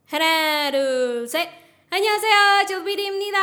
하나, 둘, 셋. 안녕하세요, 조비리입니다.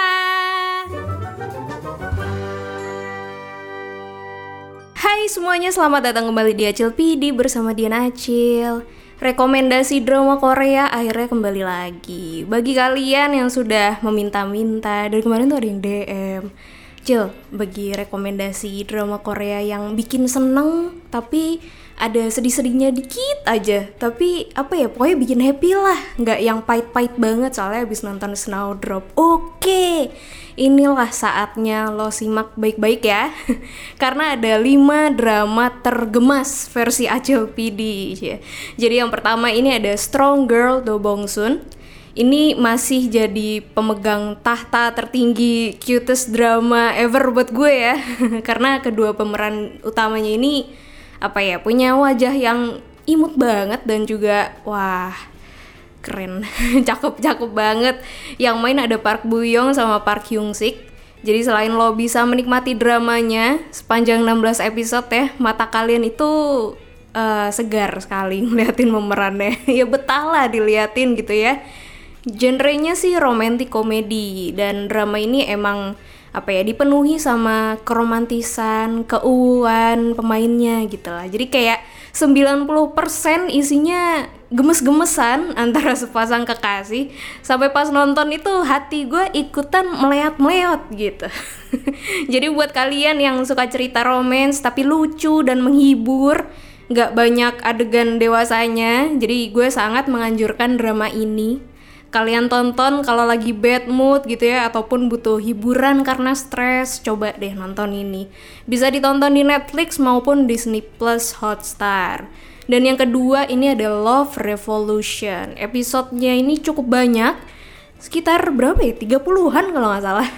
Hai semuanya, selamat datang kembali di Acil PD bersama Diana Acil. Rekomendasi drama Korea akhirnya kembali lagi. Bagi kalian yang sudah meminta-minta, dari kemarin tuh ada yang DM, Cil, bagi rekomendasi drama Korea yang bikin seneng tapi ada sedih-sedihnya dikit aja, tapi apa ya, pokoknya bikin happy lah, nggak yang pahit-pahit banget soalnya habis nonton Snowdrop. Oke, inilah saatnya lo simak baik-baik ya karena ada 5 drama tergemas versi Acil PD ya. Jadi yang pertama ini ada Strong Girl Do Bong Soon. Ini masih jadi pemegang tahta tertinggi cutest drama ever buat gue ya karena kedua pemeran utamanya ini apa ya, punya wajah yang imut banget dan juga wah keren cakep banget. Yang main ada Park Bo Young sama Park Hyung Sik. Jadi selain lo bisa menikmati dramanya sepanjang 16 episode ya, mata kalian itu segar sekali ngeliatin pemerannya. Ya betah lah diliatin gitu ya. Genrenya sih romantic komedi, dan drama ini emang apa ya, dipenuhi sama keromantisan, keuuan pemainnya gitu lah. Jadi kayak 90% isinya gemes-gemesan antara sepasang kekasih. Sampai pas nonton itu hati gue ikutan meleot-meleot gitu. Jadi buat kalian yang suka cerita romance tapi lucu dan menghibur, gak banyak adegan dewasanya, jadi gue sangat menganjurkan drama ini. Kalian tonton kalau lagi bad mood gitu ya, ataupun butuh hiburan karena stres, coba deh nonton ini. Bisa ditonton di Netflix maupun Disney Plus Hotstar. Dan yang kedua ini ada Love Revolution. Episodenya ini cukup banyak, sekitar berapa ya, 30-an kalau gak salah.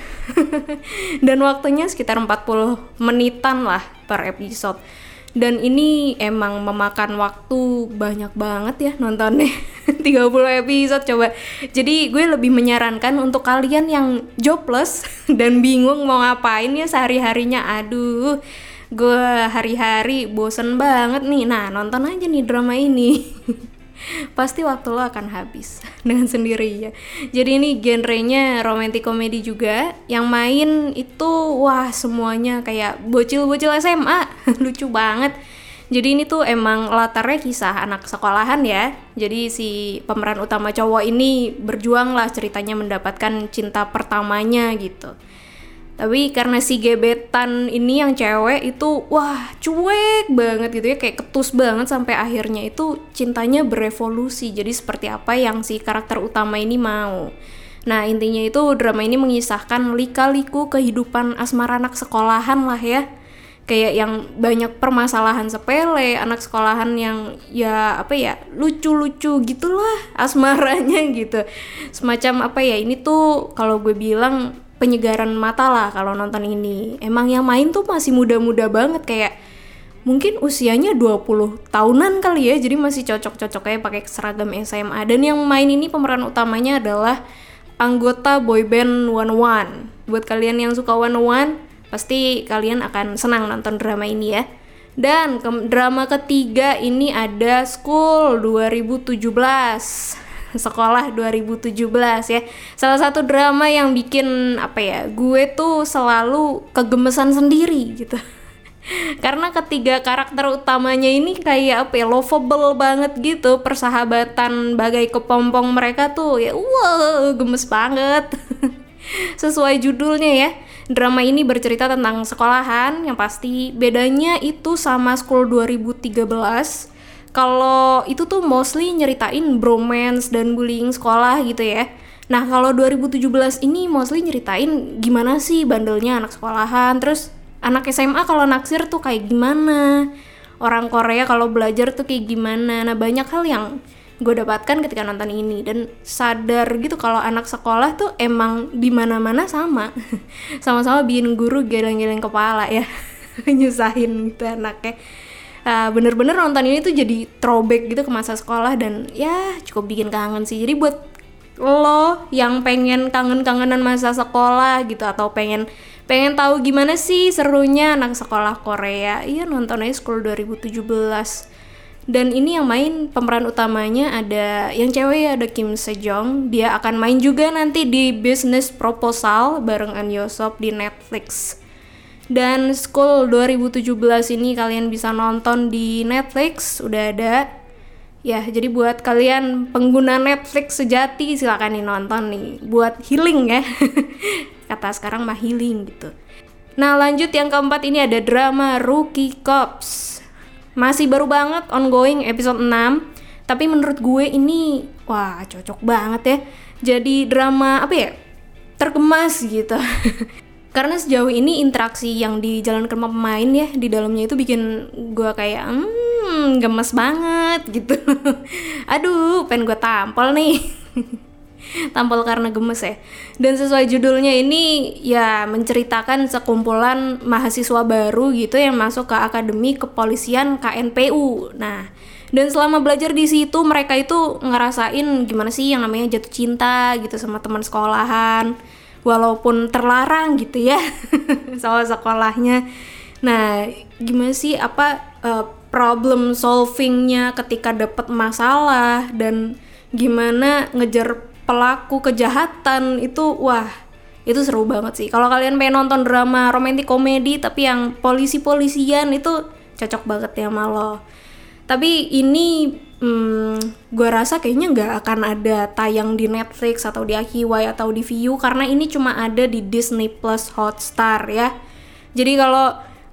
Dan waktunya sekitar 40 menitan lah per episode. Dan ini emang memakan waktu banyak banget ya nontonnya. 30 episode coba. Jadi gue lebih menyarankan untuk kalian yang jobless dan bingung mau ngapain ya sehari-harinya. Aduh, gue hari-hari bosen banget nih. Nah, nonton aja nih drama ini. Pasti waktu lo akan habis dengan sendirinya. Jadi ini genrenya romantic comedy juga. Yang main itu wah semuanya kayak bocil-bocil SMA. Lucu banget. Jadi ini tuh emang latarnya kisah anak sekolahan ya. Jadi si pemeran utama cowok ini berjuang lah ceritanya mendapatkan cinta pertamanya gitu. Tapi karena si gebetan ini yang cewek itu wah cuek banget gitu ya, kayak ketus banget, sampai akhirnya itu cintanya berevolusi jadi seperti apa yang si karakter utama ini mau. Nah intinya itu drama ini mengisahkan lika-liku kehidupan asmara anak sekolahan lah ya. Kayak yang banyak permasalahan sepele, anak sekolahan yang ya apa ya, lucu-lucu gitulah asmaranya gitu. Semacam apa ya, ini tuh kalau gue bilang penyegaran mata lah kalau nonton ini. Emang yang main tuh masih muda-muda banget, kayak mungkin usianya 20 tahunan kali ya, jadi masih cocok-cocok kayak pakai seragam SMA. Dan yang main ini pemeran utamanya adalah anggota boyband One One. Buat kalian yang suka One One, pasti kalian akan senang nonton drama ini ya. Dan drama ketiga ini ada School 2017. Sekolah 2017 ya. Salah satu drama yang bikin apa ya, gue tuh selalu kegemesan sendiri gitu. Karena ketiga karakter utamanya ini kayak apa ya, lovable banget gitu. Persahabatan bagai kepompong mereka tuh ya wow, gemes banget. Sesuai judulnya ya. Drama ini bercerita tentang sekolahan, yang pasti bedanya itu sama School 2013. Kalau itu tuh mostly nyeritain bromance dan bullying sekolah gitu ya. Nah kalau 2017 ini mostly nyeritain gimana sih bandelnya anak sekolahan, terus anak SMA kalau naksir tuh kayak gimana, orang Korea kalau belajar tuh kayak gimana. Nah banyak hal yang gue dapatkan ketika nonton ini, dan sadar gitu kalau anak sekolah tuh emang di mana-mana sama. Sama-sama bikin guru geleng-geleng kepala ya. Nyusahin gitu anaknya. Bener-bener nonton ini tuh jadi throwback gitu ke masa sekolah, dan ya cukup bikin kangen sih. Jadi buat lo yang pengen kangen-kangenan masa sekolah gitu, atau pengen tahu gimana sih serunya anak sekolah Korea, iya nonton aja School 2017. Dan ini yang main pemeran utamanya ada yang cewek ya, ada Kim Sejong. Dia akan main juga nanti di Business Proposal bareng An Yosop di Netflix. Dan School 2017 ini kalian bisa nonton di Netflix, udah ada. Ya, jadi buat kalian pengguna Netflix sejati silakan nih nonton nih, buat healing ya. Kata sekarang mah healing gitu. Nah, lanjut yang keempat ini ada drama Rookie Cops. Masih baru banget, ongoing episode 6. Tapi menurut gue ini, wah cocok banget ya. Jadi drama, apa ya, terkemas gitu. Karena sejauh ini interaksi yang dijalankan sama pemain ya, di dalamnya itu bikin gue kayak, gemes banget gitu. Aduh, pengen gue tampol nih. Tampol karena gemes ya. Dan sesuai judulnya ini ya menceritakan sekumpulan mahasiswa baru gitu yang masuk ke Akademi Kepolisian KNPU. Nah, dan selama belajar di situ mereka itu ngerasain gimana sih yang namanya jatuh cinta gitu sama teman sekolahan, walaupun terlarang gitu ya sama sekolahnya. Nah, gimana sih problem solvingnya ketika dapat masalah, dan gimana ngejar pelaku kejahatan itu, wah itu seru banget sih. Kalau kalian pengen nonton drama romantic komedi tapi yang polisi-polisian itu cocok banget ya sama lo. Tapi ini gue rasa kayaknya nggak akan ada tayang di Netflix atau di Akiwai atau di Viu, karena ini cuma ada di Disney Plus Hotstar ya. Jadi kalau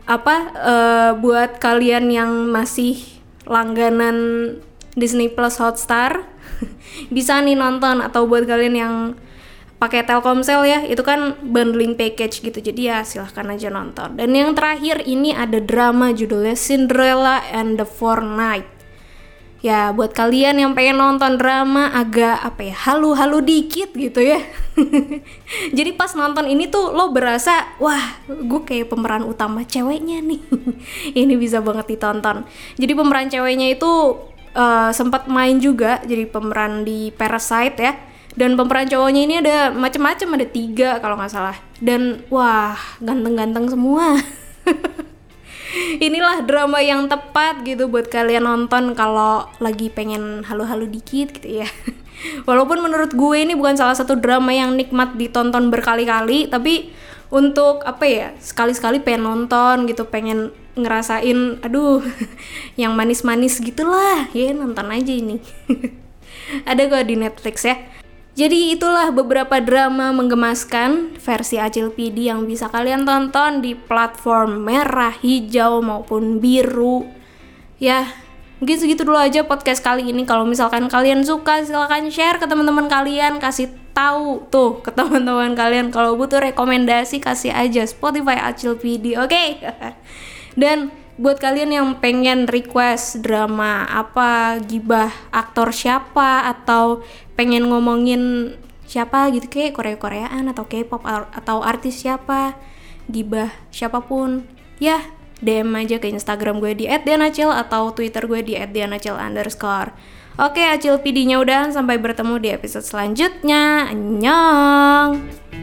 buat kalian yang masih langganan Disney Plus Hotstar bisa nih nonton, atau buat kalian yang pakai Telkomsel ya, itu kan bundling package gitu, jadi ya silahkan aja nonton. Dan yang terakhir ini ada drama judulnya Cinderella and the Four Knights. Ya buat kalian yang pengen nonton drama agak halu-halu dikit gitu ya. Jadi pas nonton ini tuh lo berasa, wah gue kayak pemeran utama ceweknya nih. Ini bisa banget ditonton. Jadi pemeran ceweknya itu sempat main juga jadi pemeran di Parasite ya. Dan pemeran cowoknya ini ada macam-macam, ada 3 kalau nggak salah. Dan wah ganteng-ganteng semua. Inilah drama yang tepat gitu buat kalian nonton kalau lagi pengen halu-halu dikit gitu ya. Walaupun menurut gue ini bukan salah satu drama yang nikmat ditonton berkali-kali, tapi untuk sekali-sekali pengen nonton gitu, pengen ngerasain yang manis-manis gitulah ya, nonton aja ini. Ada kok di Netflix ya. Jadi itulah beberapa drama menggemaskan versi Acil PD yang bisa kalian tonton di platform merah, hijau maupun biru. Ya, mungkin segitu dulu aja podcast kali ini. Kalau misalkan kalian suka, silakan share ke teman-teman kalian, kasih tahu tuh ke teman-teman kalian. Kalau butuh rekomendasi kasih aja Spotify Acil PD, oke? Dan buat kalian yang pengen request drama gibah aktor siapa, atau pengen ngomongin siapa gitu kayak Korea-Koreaan atau K-pop atau artis siapa, gibah siapapun, ya DM aja ke Instagram gue di @dianacil atau Twitter gue di @dianacil_. Oke, Acil PD-nya udah, sampai bertemu di episode selanjutnya. Annyeong.